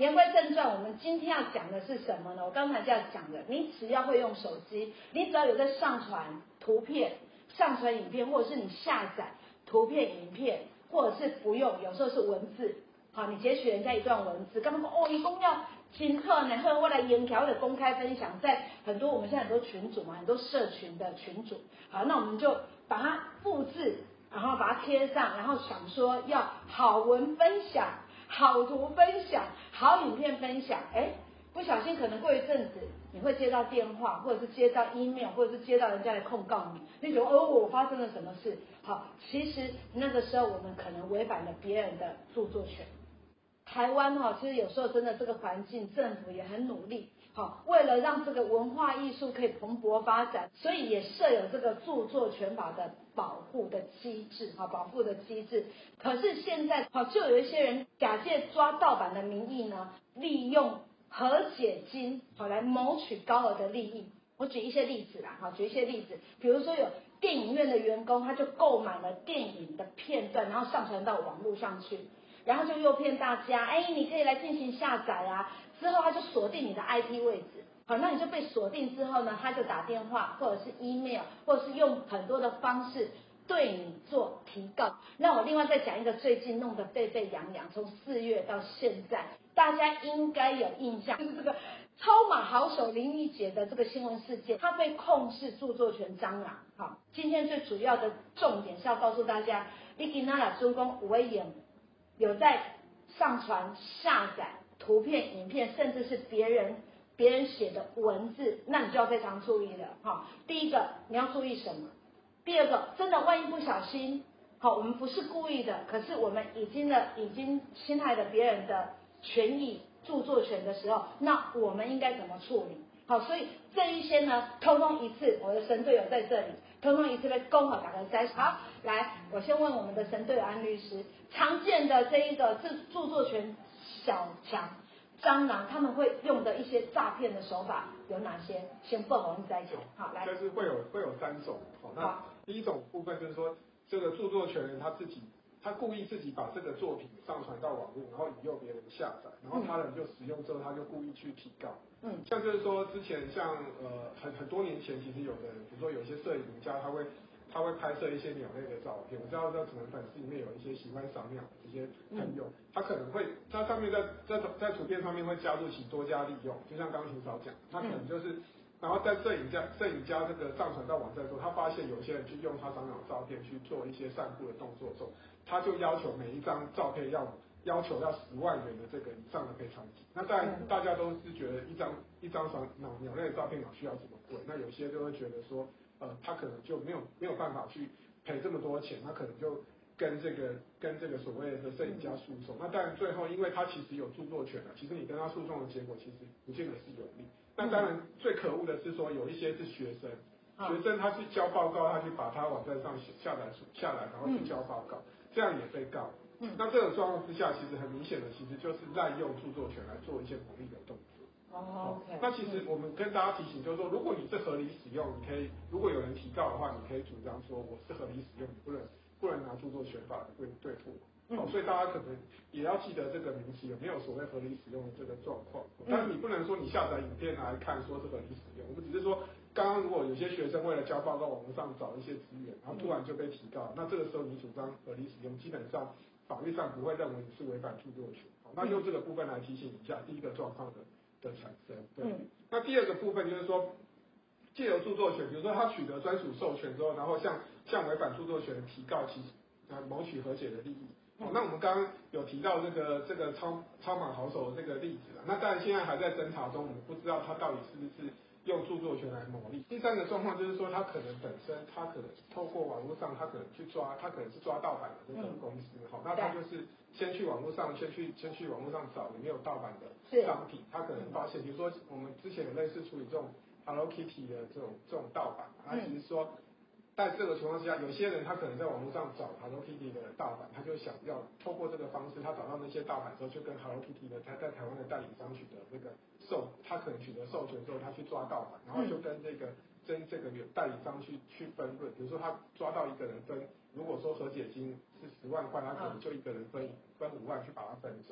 言归正传，我们今天要讲的是什么呢？我刚才就要讲的，你只要会用手机，你只要有在上传图片、上传影片，或者是你下载图片、影片，或者是不用，有时候是文字，好，你截取人家一段文字，干嘛说哦，一共要请客呢？或者来研调的公开分享，在我们现在很多群组嘛，很多社群的群组，好，那我们就把它复制，然后把它贴上，然后想说要好文分享。好图分享，好影片分享，不小心可能过一阵子，你会接到电话，或者是接到 email， 或者是接到人家来控告你，你觉得我发生了什么事？好，其实那个时候我们可能违反了别人的著作权。台湾其实有时候真的这个环境，政府也很努力，为了让这个文化艺术可以蓬勃发展，所以也设有这个著作权法的保护的机制，保护的机制。可是现在就有一些人假借抓盗版的名义呢，利用和解金来谋取高额的利益。我举一些例子啦，举一些例子，比如说有电影院的员工，他就购买了电影的片段，然后上传到网络上去。然后就诱骗大家，你可以来进行下载啊。之后他就锁定你的 IP 位置，好，那你就被锁定之后呢，他就打电话或者是 email， 或者是用很多的方式对你做提告。那我另外再讲一个最近弄得沸沸扬扬，从4月到现在，大家应该有印象，就是这个超马好手林义杰的这个新闻事件，他被控是著作权蟑螂。好，今天最主要的重点是要告诉大家，你今仔若准讲有会用。有在上传、下载图片、影片，甚至是别人写的文字，那你就要非常注意了。第一个你要注意什么？第二个，真的万一不小心，我们不是故意的，可是我们已经侵害了别人的权益、著作权的时候，那我们应该怎么处理？好，所以这一些呢，通通一次，我的神队友在这里，通通一次被攻好打个摘。好，来，我先问我们的神队友安律师，常见的这一个著作权小强、蟑螂，他们会用的一些诈骗的手法有哪些？先报我们再讲。好，来， 就是会有3种。好，那第一种部分就是说，这个著作权人他故意自己把这个作品上传到网络，然后引诱别人下载，然后他人就使用之后，他就故意去提告。像就是说之前像很多年前，其实有的人，比如说有一些摄影家，他会拍摄一些鸟类的照片。我知道可能粉丝里面有一些喜欢赏鸟的这些朋友，他可能会他上面在图片上面会加入起多加利用，就像刚刚霆嫂讲，他可能就是。然后在摄影家这个上传到网站之后，他发现有些人去用他赏鸟的照片去做一些散步的动作的时候，他就要求每一张照片要求10万元的这个以上的赔偿金。那当然大家都是觉得一张鸟类的照片哪需要这么贵？那有些就会觉得说，他可能就没有办法去赔这么多钱，他可能就跟这个所谓的摄影家诉讼。那当然最后因为他其实有著作权了，其实你跟他诉讼的结果其实不见得是有利。那当然最可恶的是说有一些是学生他去交报告，他去把他网站上下来，然后去交报告，这样也被告。那这种状况之下，其实很明显的，其实就是滥用著作权来做一些牟利的动作。那其实我们跟大家提醒，就是说，如果你是合理使用，你可以，如果有人提告的话，你可以主张说我是合理使用，你不能拿著作权法来对付我。所以大家可能也要记得这个名词有没有所谓合理使用的这个状况。但是你不能说你下载影片来看说是合理使用，我们只是说，刚刚如果有些学生为了交报告，网络上找一些资源，然后突然就被提告，那这个时候你主张合理使用，基本上法律上不会认为你是违反著作权。那用这个部分来提醒一下第一个状况的产生。对。那第二个部分就是说，借由著作权，比如说他取得专属授权之后，然后向违反著作权的提告，其实谋取和解的利益。那我们刚刚有提到这个超马好手的这个例子了，那当然现在还在侦查中，我们不知道他到底是不是用著作权来牟利。第三个状况就是说，他可能本身他可能透过网络上，他可能是抓盗版的这个公司，那他就是先去网络上找有没有盗版的商品，他可能发现，比如说我们之前有类似处理这种 Hello Kitty 的这种盗版，他其实说。在这个情况之下，有些人他可能在网络上找 Hello Kitty 的盗版，他就想要透过这个方式，他找到那些盗版之后，就跟 Hello Kitty 的他在台湾的代理商取得这个他可能取得授权之后，他去抓盗版，然后就跟这个代理商去分润。比如说他抓到一个人分，如果说和解金是10万块，他可能就一个人分5万去把它分走。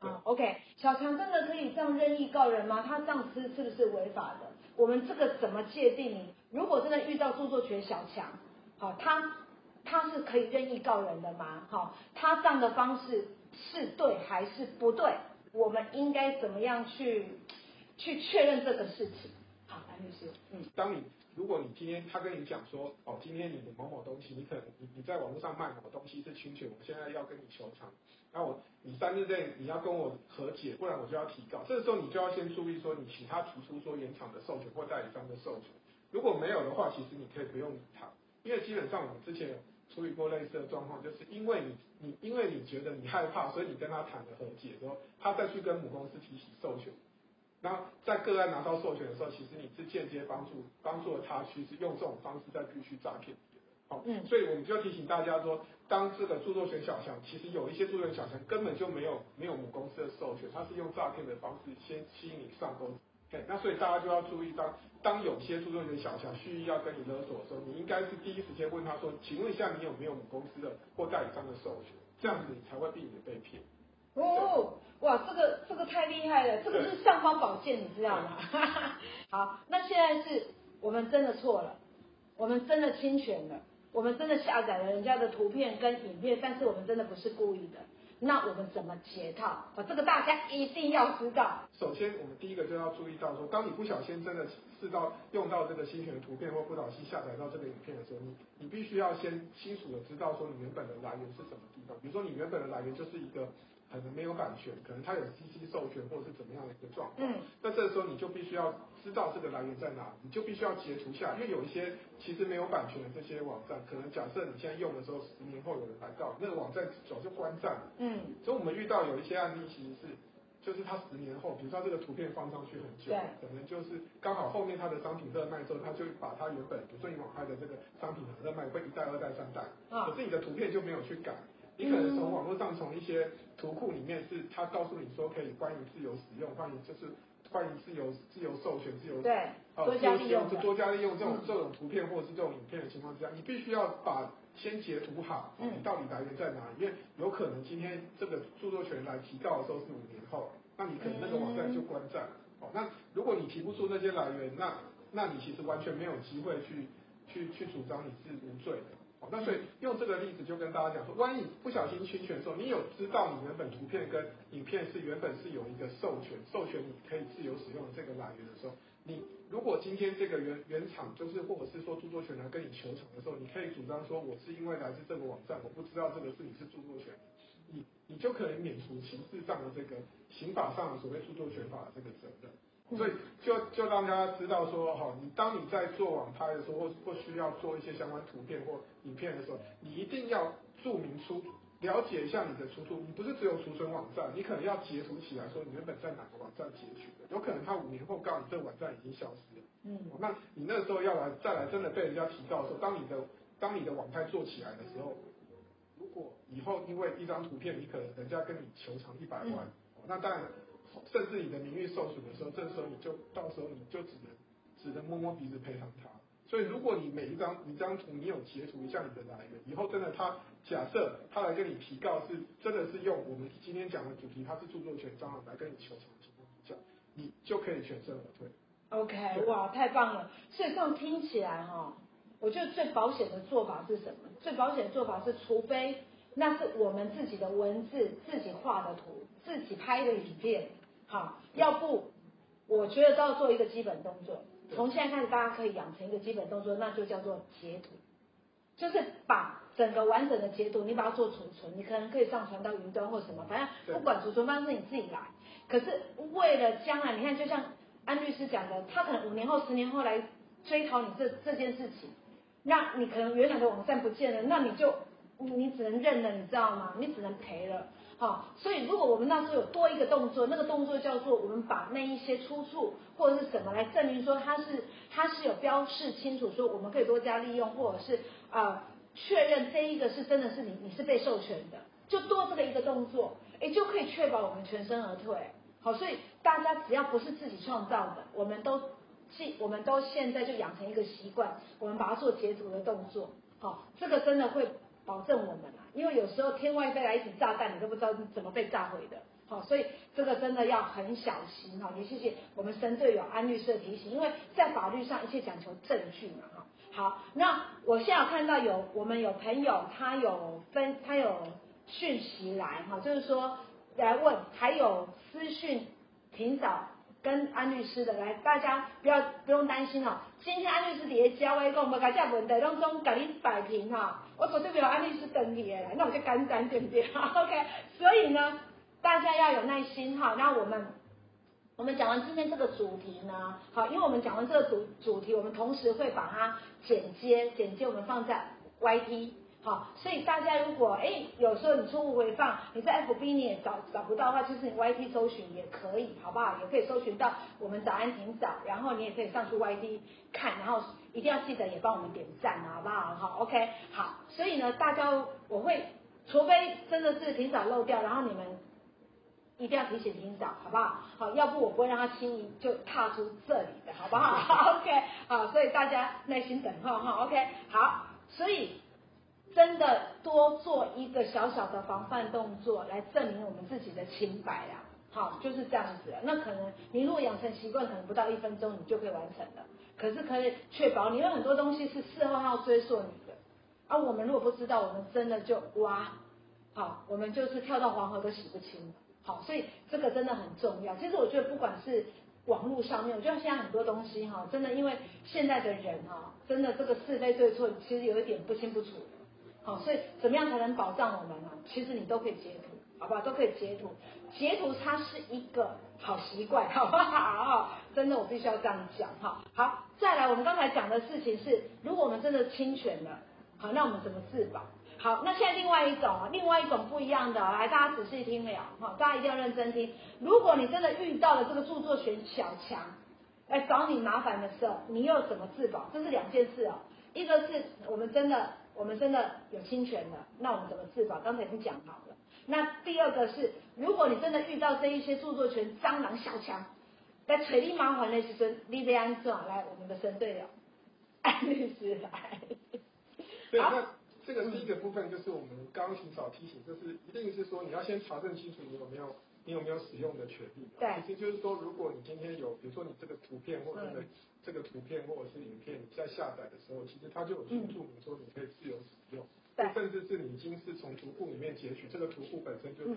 好 ，OK， 小强真的可以这样任意告人吗？他这样吃是不是违法的？我们这个怎么界定？如果真的遇到著作权小强，好，他是可以任意告人的吗？好，他这样的方式是对还是不对？我们应该怎么样去确认这个事情？好，蓝律师， 如果你今天他跟你讲说，哦，今天你的某某东西，你可能你在网络上卖某东西是侵权，我现在要跟你求偿，然后你3日内你要跟我和解，不然我就要提告。这个时候你就要先注意说，你请他提出说原厂的授权或代理商的授权，如果没有的话，其实你可以不用理他，因为基本上我们之前有处理过类似的状况，就是因为你觉得你害怕，所以你跟他谈了和解之后，他再去跟母公司提起授权。然后在个案拿到授权的时候，其实你是间接帮助了他，其实用这种方式在继续诈骗别人。好，所以我们就提醒大家说，当这个著作权小强，其实有一些著作权小强根本就没有母公司的授权，他是用诈骗的方式先吸引你上钩。那所以大家就要注意到，当有些著作权小强蓄意要跟你勒索的时候，你应该是第一时间问他说，请问一下你有没有母公司的或代理商的授权，这样子你才会避免被骗。 哦，哇，这个太厉害了，这个是尚方宝剑，你知道吗？好，那现在是我们真的错了，我们真的侵权了，我们真的下载了人家的图片跟影片，但是我们真的不是故意的，那我们怎么解套？这个大家一定要知道。 首先，我们第一个就要注意到说，当你不小心真的用到这个侵权的图片，或不小心下载到这个影片的时候，你必须要先清楚的知道说你原本的来源是什么地方。比如说你原本的来源就是一个可能没有版权，可能它有 CC 授权或者是怎么样的一个状况。那这个时候你就必须要知道这个来源在哪里，你就必须要截图下，因为有一些其实没有版权的这些网站，可能假设你现在用的时候，10年后有人来告，那个网站早就关站了。所以我们遇到有一些案例其实是。就是他10年后，比如说这个图片放上去很久，可能就是刚好后面他的商品热卖之后，他就把他原本比如说你网拍的这个商品热卖会1代、2代、3代，可是你的图片就没有去改，你可能从网络上从一些图库里面是他告诉你说可以欢迎自由使用，欢迎自由授权、 多加利用这种图片或者是这种影片的情况之下，你必须要先截图好，你到底来源在哪里？因为有可能今天这个著作权来提告的时候是5年后，那你可能那个网站就关站。那如果你提不出那些来源，那你其实完全没有机会去主张你是无罪的。那所以用这个例子就跟大家讲说，万一不小心侵权的时候，你有知道你原本图片跟影片原本是有一个授权你可以自由使用的这个来源的时候，你如果今天这个原厂就是或者是说著作权来跟你求偿的时候，你可以主张说我是因为来自这个网站，我不知道这个是你是著作权，你就可以免除刑事上的这个刑法上的所谓著作权法的这个责任。所以就让大家知道说，当你在做网拍的时候，或需要做一些相关图片或影片的时候，你一定要注明了解一下你的出处。你不是只有储存网站，你可能要截图起来说你原本在哪个网站截取的，有可能他5年后告你这个网站已经消失了。那你那时候再来真的被人家提告的时候，当你的网拍做起来的时候，如果以后因为一张图片，你可能人家跟你求偿100万，那当然。甚至你的名誉受损的时候，这时候到时候你就只能摸摸鼻子赔偿他。所以如果你每一张图你有截图一下你的来源，以后真的假设他来跟你提告是真的是用我们今天讲的主题，他是著作权蟑螂来跟你求偿的情况下，你就可以全身而退。 OK， 哇，太棒了！所以这样听起来我觉得最保险的做法是什么？最保险的做法是，除非那是我们自己的文字、自己画的图、自己拍的影片。好，要不我觉得都要做一个基本动作。从现在开始，大家可以养成一个基本动作，那就叫做截图，就是把整个完整的截图，你把它做储存，你可能可以上传到云端或什么，反正不管储存方式你自己来。可是为了将来，你看，就像安律师讲的，他可能5年后、10年后来追讨你这件事情，那你可能原来的网站不见了，那你只能认了，你知道吗？你只能赔了。所以如果我们那时候有多一个动作，那个动作叫做我们把那一些出处或者是什么来证明说它是有标示清楚，说我们可以多加利用，或者是确认这一个是真的是你是被授权的，就多这个一个动作，就可以确保我们全身而退。好，所以大家只要不是自己创造的，我们都现在就养成一个习惯，我们把它做截图的动作。这个真的会保证我们因为有时候天外飞来一粒炸弹，你都不知道怎么被炸毁的。 好，所以这个真的要很小心哈。也谢谢我们神队友安律师的提醒，因为在法律上一切讲求证据嘛哈。好，那我现在有看到我们有朋友他有讯息来哈，就是说来问，还有私讯平嫂跟安律师的来，大家不用担心哦。今天安律师底下教我讲，无甲这问题拢总甲你摆平哈，我绝对没有安律师等你的，那我就干单对不对？OK， 所以呢，大家要有耐心哈。那我们讲完今天这个主题呢，好，因为我们讲完这个主题，我们同时会把它剪接，我们放在 YT。好，所以大家如果有时候你错误回放，你在 FB 你也找不到的话，就是你 YT 搜寻也可以，好不好？也可以搜寻到我们早安霆嫂，然后你也可以上去 YT 看，然后一定要记得也帮我们点赞，好不好？好 ，OK， 好，所以呢，大家我会，除非真的是霆嫂漏掉，然后你们一定要提醒霆嫂，好不好？好，要不我不会让他轻易就踏出这里的，好不好？OK， 好，所以大家耐心等候哈 ，OK， 好，所以。真的多做一个小小的防范动作，来证明我们自己的清白啦。好，就是这样子。那可能你如果养成习惯，可能不到1分钟你就可以完成了。可是可以确保你，因为很多东西是事后要追溯你的。啊，我们如果不知道，我们真的就好，我们就是跳到黄河都洗不清。好，所以这个真的很重要。其实我觉得不管是网络上面，我觉得现在很多东西哈，真的因为现在的人哈，真的这个是非对错，其实有一点不清不楚。好，所以怎么样才能保障我们呢？其实你都可以截图，好不好？都可以截图，截图它是一个好习惯，好不好？真的，我必须要这样讲哈。好，再来，我们刚才讲的事情是，如果我们真的侵权了，好，那我们怎么自保？好，那现在另外一种不一样的，来，大家仔细听了，哈，大家一定要认真听。如果你真的遇到了这个著作权小强来找你麻烦的时候，你又怎么自保？这是2件事哦。一个是我们真的有侵权了，那我们怎么自保？刚才已经讲好了。那第二个是，如果你真的遇到这一些著作权蟑螂小强来找你麻烦的时候，你得安怎来？我们的神队友安律师来。 对，那这个第一个部分就是我们刚刚霆嫂提醒，就是一定是说你要先查证清楚你有没有使用的权利。 对， 其实就是说，如果你今天有，比如说你这个图片或者这个图片或者是影片，你在下载的时候，其实它就有去注明说你可以自由使用，甚至是你已经是从图库里面截取，这个图库本身就是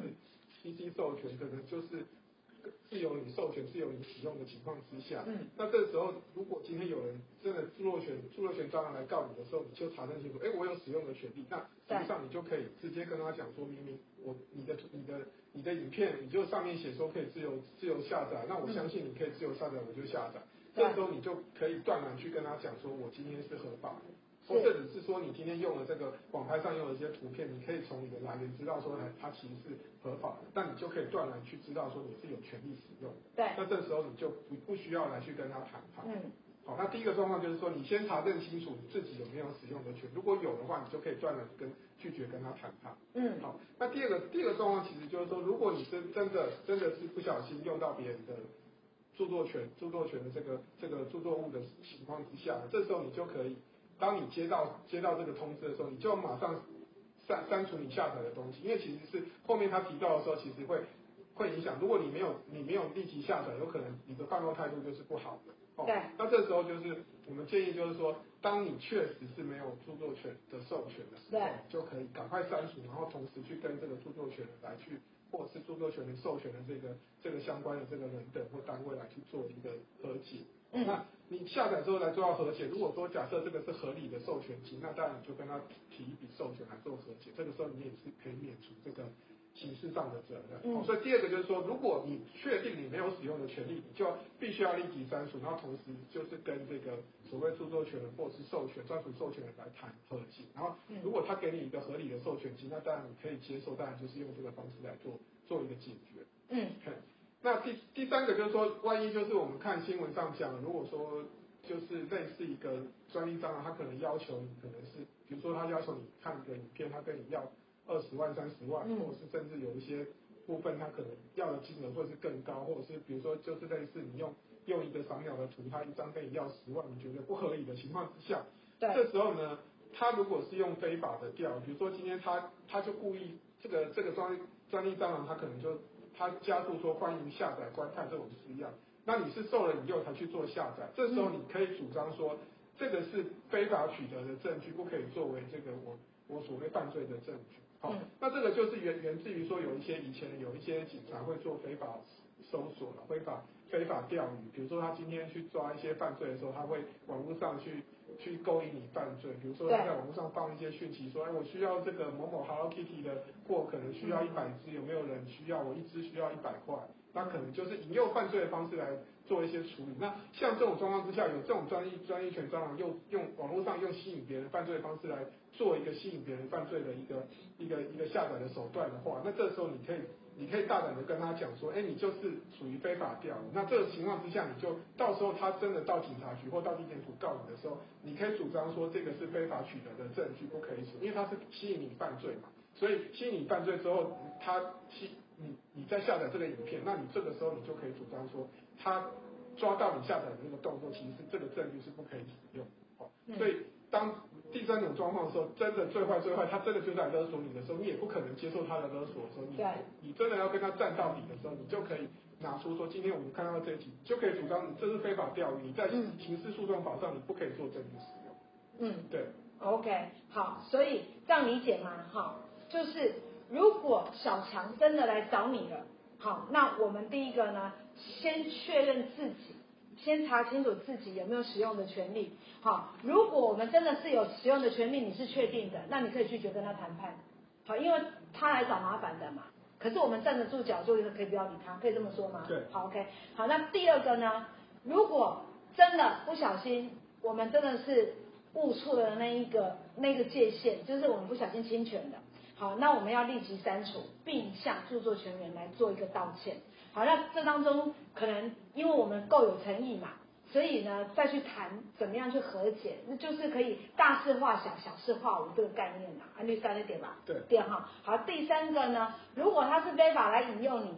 CC 授权，可能就是自由你授权、自由你使用的情况之下，那这时候如果今天有人真的著作权蟑螂来告你的时候，你就查证清楚，我有使用的权利，那实际上你就可以直接跟他讲说，明明你的影片，你就上面写说可以自由下载，那我相信你可以自由下载，我就下载。这时候你就可以断然去跟他讲说，我今天是合法的，或者是说你今天用了这个网拍上用的一些图片，你可以从你的来源知道说，它其实是合法的，那你就可以断然去知道说你是有权利使用的。 对。 那这时候你就不需要来去跟他谈判。好，那第一个状况就是说，你先查证清楚你自己有没有使用的权，如果有的话，你就可以断然拒绝跟他谈判。好，那第二个状况其实就是说，如果你是真的是不小心用到别人的著作权的这个著作物的情况之下，这时候你就可以，当你接到这个通知的时候，你就马上删除你下载的东西，因为其实是后面他提到的时候，其实会影响。如果你没有立即下载，有可能你的办公态度就是不好的。 对。 那这时候就是我们建议就是说，当你确实是没有著作权的授权的时候，就可以赶快删除，然后同时去跟这个著作权来去，或者是著作权的授权的这个相关的这个人等或单位来去做一个和解。那你下载之后来做到和解，如果说假设这个是合理的授权金，那当然你就跟他提一笔授权来做和解，这个时候你也是可以免除这个刑事上的责任。所以第二个就是说，如果你确定你没有使用的权利，你就必须要立即删除，然后同时就是跟这个所谓著作权人或者是专属授权人来谈和解。然后如果他给你一个合理的授权金，那当然你可以接受，当然就是用这个方式来做一个解决。那第三个就是说，万一就是我们看新闻上讲，如果说就是类似一个专利蟑螂，他可能要求你，可能是比如说他要求你看一个影片，他跟你要20万、30万，或者是甚至有一些部分他可能要的金额会是更高，或者是比如说就是类似你用一个赏鸟的图，他一张跟你要10万，你觉得不合理的情况之下，这时候呢，他如果是用非法的调，比如说今天他就故意这个专利蟑螂，他可能就它加速说欢迎下载观看这种式样，那你是受了引诱才去做下载，这时候你可以主张说这个是非法取得的证据，不可以作为这个我所谓犯罪的证据。好，那这个就是源自于说以前有一些警察会做非法搜索了，非法钓鱼，比如说他今天去抓一些犯罪的时候，他会网络上去勾引你犯罪，比如说他在网络上放一些讯息说，哎，我需要这个某某 Hello Kitty 的货，可能需要100只，有没有人需要？我一只需要100块，那可能就是引诱犯罪的方式来做一些处理。那像这种状况之下，有这种专利权蟑螂用网络上用吸引别人犯罪的方式来做一个吸引别人犯罪的一个下载的手段的话，那这时候你可以大胆的跟他讲说，哎，你就是属于非法钓鱼。那这个情况之下，你就到时候他真的到警察局或到地检署告你的时候，你可以主张说这个是非法取得的证据，不可以使用，因为它是吸引你犯罪嘛。所以吸引你犯罪之后，你再下载这个影片，那你这个时候你就可以主张说，他抓到你下载的那个动作，其实是这个证据是不可以使用。所以当第三种状况的时候，真的最坏，他真的就在勒索你的时候，你也不可能接受他的勒索的时候，你真的要跟他战到底的时候，你就可以拿出说，今天我们看到这一集，就可以主张你这是非法钓鱼，你在刑事诉讼法上你不可以做证据使用。对。 OK， 好，所以这样理解吗？好，就是如果小强真的来找你了，好，那我们第一个呢，先确认自己。先查清楚自己有没有使用的权利。好，如果我们真的是有使用的权利，你是确定的，那你可以拒绝跟他谈判。好，因为他来找麻烦的嘛。可是我们站得住脚，就可以不要理他，可以这么说吗？ 对。 好 ，OK。好，那第二个呢？如果真的不小心，我们真的是误触了那个界限，就是我们不小心侵权的。好，那我们要立即删除，并向著作权人来做一个道歉。好，那这当中可能因为我们够有诚意嘛，所以呢再去谈怎么样去和解，那就是可以大事化小，小事化无这个概念啊，安律师那点吧。 对。 对哈。好，第三个呢，如果他是非法来引诱你，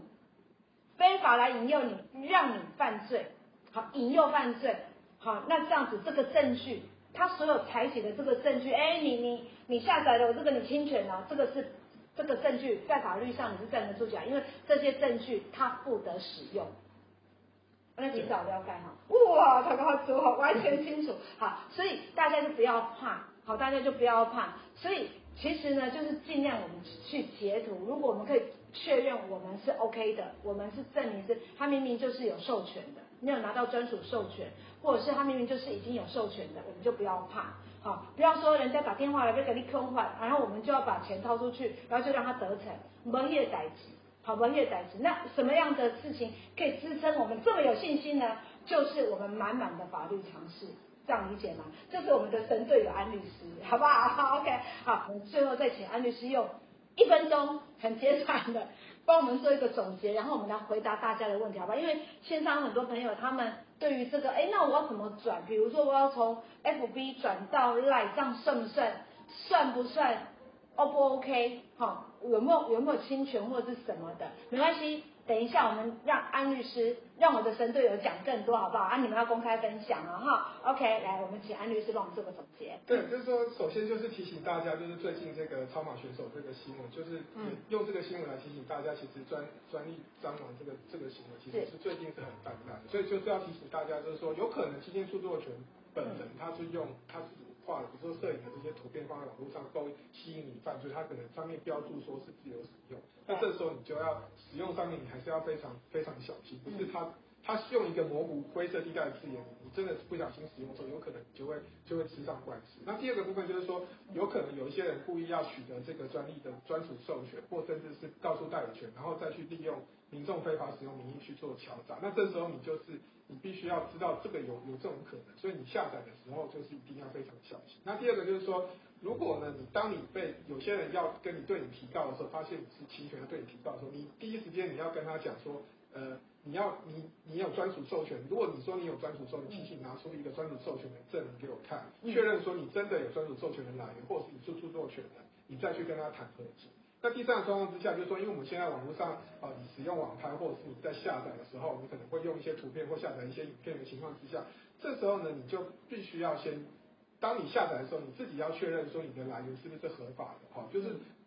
让你犯罪，好，引诱犯罪，好，那这样子这个证据，他所有采取的这个证据，哎，你下载了我这个你侵权了，这个证据在法律上你是站得住脚，因为这些证据它不得使用。那提早了解哈，哇，他刚刚说好，完全清楚，好，所以大家就不要怕，好，大家就不要怕，所以其实呢，就是尽量我们去截图，如果我们可以确认我们是 OK 的，我们是证明是他明明就是有授权的，没有拿到专属授权，或者是他明明就是已经有授权的，我们就不要怕。好，不要说人家打电话来给你坑换，然后我们就要把钱掏出去，然后就让他得逞，没业代志，好，没业代志。那什么样的事情可以支撑我们这么有信心呢？就是我们满满的法律常识，这样理解吗？这是我们的神队友安律师，好不好？好 ，OK， 好，我们最后再请安律师用1分钟很简短的帮我们做一个总结，然后我们来回答大家的问题，好吧？因为线上很多朋友他们对于这个，那我要怎么转？比如说我要从 FB 转到 Line， 这样算不算？算不算 ？O 不 OK？ 好，有没有侵权或者是什么的？没关系，等一下我们让安律师，让我的神队友讲更多，好不好？啊，你们要公开分享啊，哈 ，OK， 来，我们请安律师帮我们做个总结。 对，就是说，首先就是提醒大家，就是最近这个超马选手这个新闻，就是用这个新闻来提醒大家，其实专利蟑螂这个行为，其实是最近是很泛滥的，所以就是要提醒大家，就是说，有可能今天著作权本人他是用他自己画的，比如说摄影的这些图片放在网络上勾吸引你犯罪，他可能上面标注说是自由使用，那这时候你就要使用上面，你还是要非常非常小心，不是他用一个模糊灰色地带的字眼，你真的是不小心使用的时候，有可能就会吃上官司。那第二个部分就是说，有可能有一些人故意要取得这个专利的专属授权，或甚至是告诉代理权，然后再去利用民众非法使用名义去做敲诈。那这时候你必须要知道这个有这种可能，所以你下载的时候就是一定要非常小心。那第二个就是说，如果呢当你被有些人要对你提告的时候，发现你是侵权要对你提告的时候，你第一时间你要跟他讲说，你有专属授权。如果你说你有专属授权，请拿出一个专属授权的证明给我看，确认说你真的有专属授权的来源，或者是你是著作权人，你再去跟他谈和解。那第三个状况之下，就是说，因为我们现在网络上你使用网拍，或者是你在下载的时候，你可能会用一些图片或下载一些影片的情况之下，这时候呢，你就必须要先，当你下载的时候，你自己要确认说你的来源是不是合法的，就是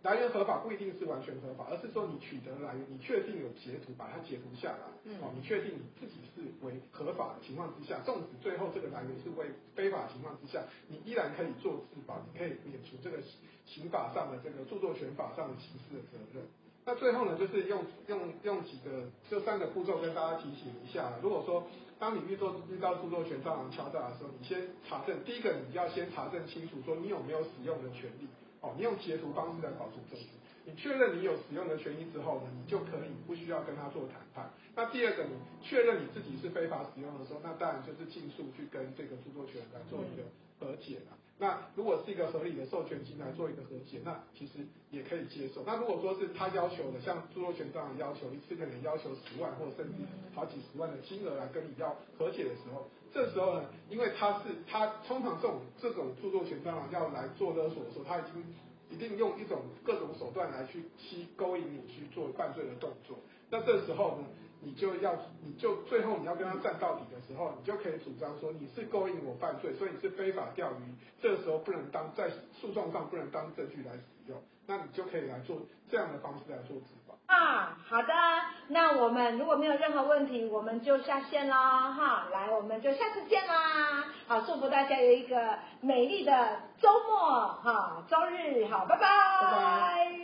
来源合法不一定是完全合法，而是说你取得来源，你确定有截图，把它截图下来，你确定你自己是为合法的情况之下，纵使最后这个来源是为非法的情况之下，你依然可以做自保，你可以免除这个刑法上的这个著作权法上的刑事的责任。那最后呢，就是用几个这3个步骤跟大家提醒一下。如果说当你遇到著作权蟑螂敲诈的时候，你先查证，第一个你要先查证清楚，说你有没有使用的权利。你用截图方式来保存证据。你确认你有使用的权益之后呢，你就可以不需要跟他做谈判。那第二个，你确认你自己是非法使用的时候，那当然就是尽速去跟这个著作权人来做一个和解了。那如果是一个合理的授权金来做一个和解，那其实也可以接受。那如果说是他要求的，像著作权这样的要求，一次可能要求10万或甚至好几十万的金额来跟你要和解的时候，这时候呢，因为他通常这种著作权蟑螂要来做勒索的时候，他一定用各种手段来去勾引你去做犯罪的动作。那这时候呢，你就最后你要跟他战到底的时候，你就可以主张说你是勾引我犯罪，所以你是非法钓鱼，这时候不能在诉讼上不能当证据来使用，那你就可以来做这样的方式来做自保。 好的，那我们如果没有任何问题，我们就下线啦哈，来，我们就下次见啦。好，祝福大家有一个美丽的周末哈，周日好，拜拜。 拜拜。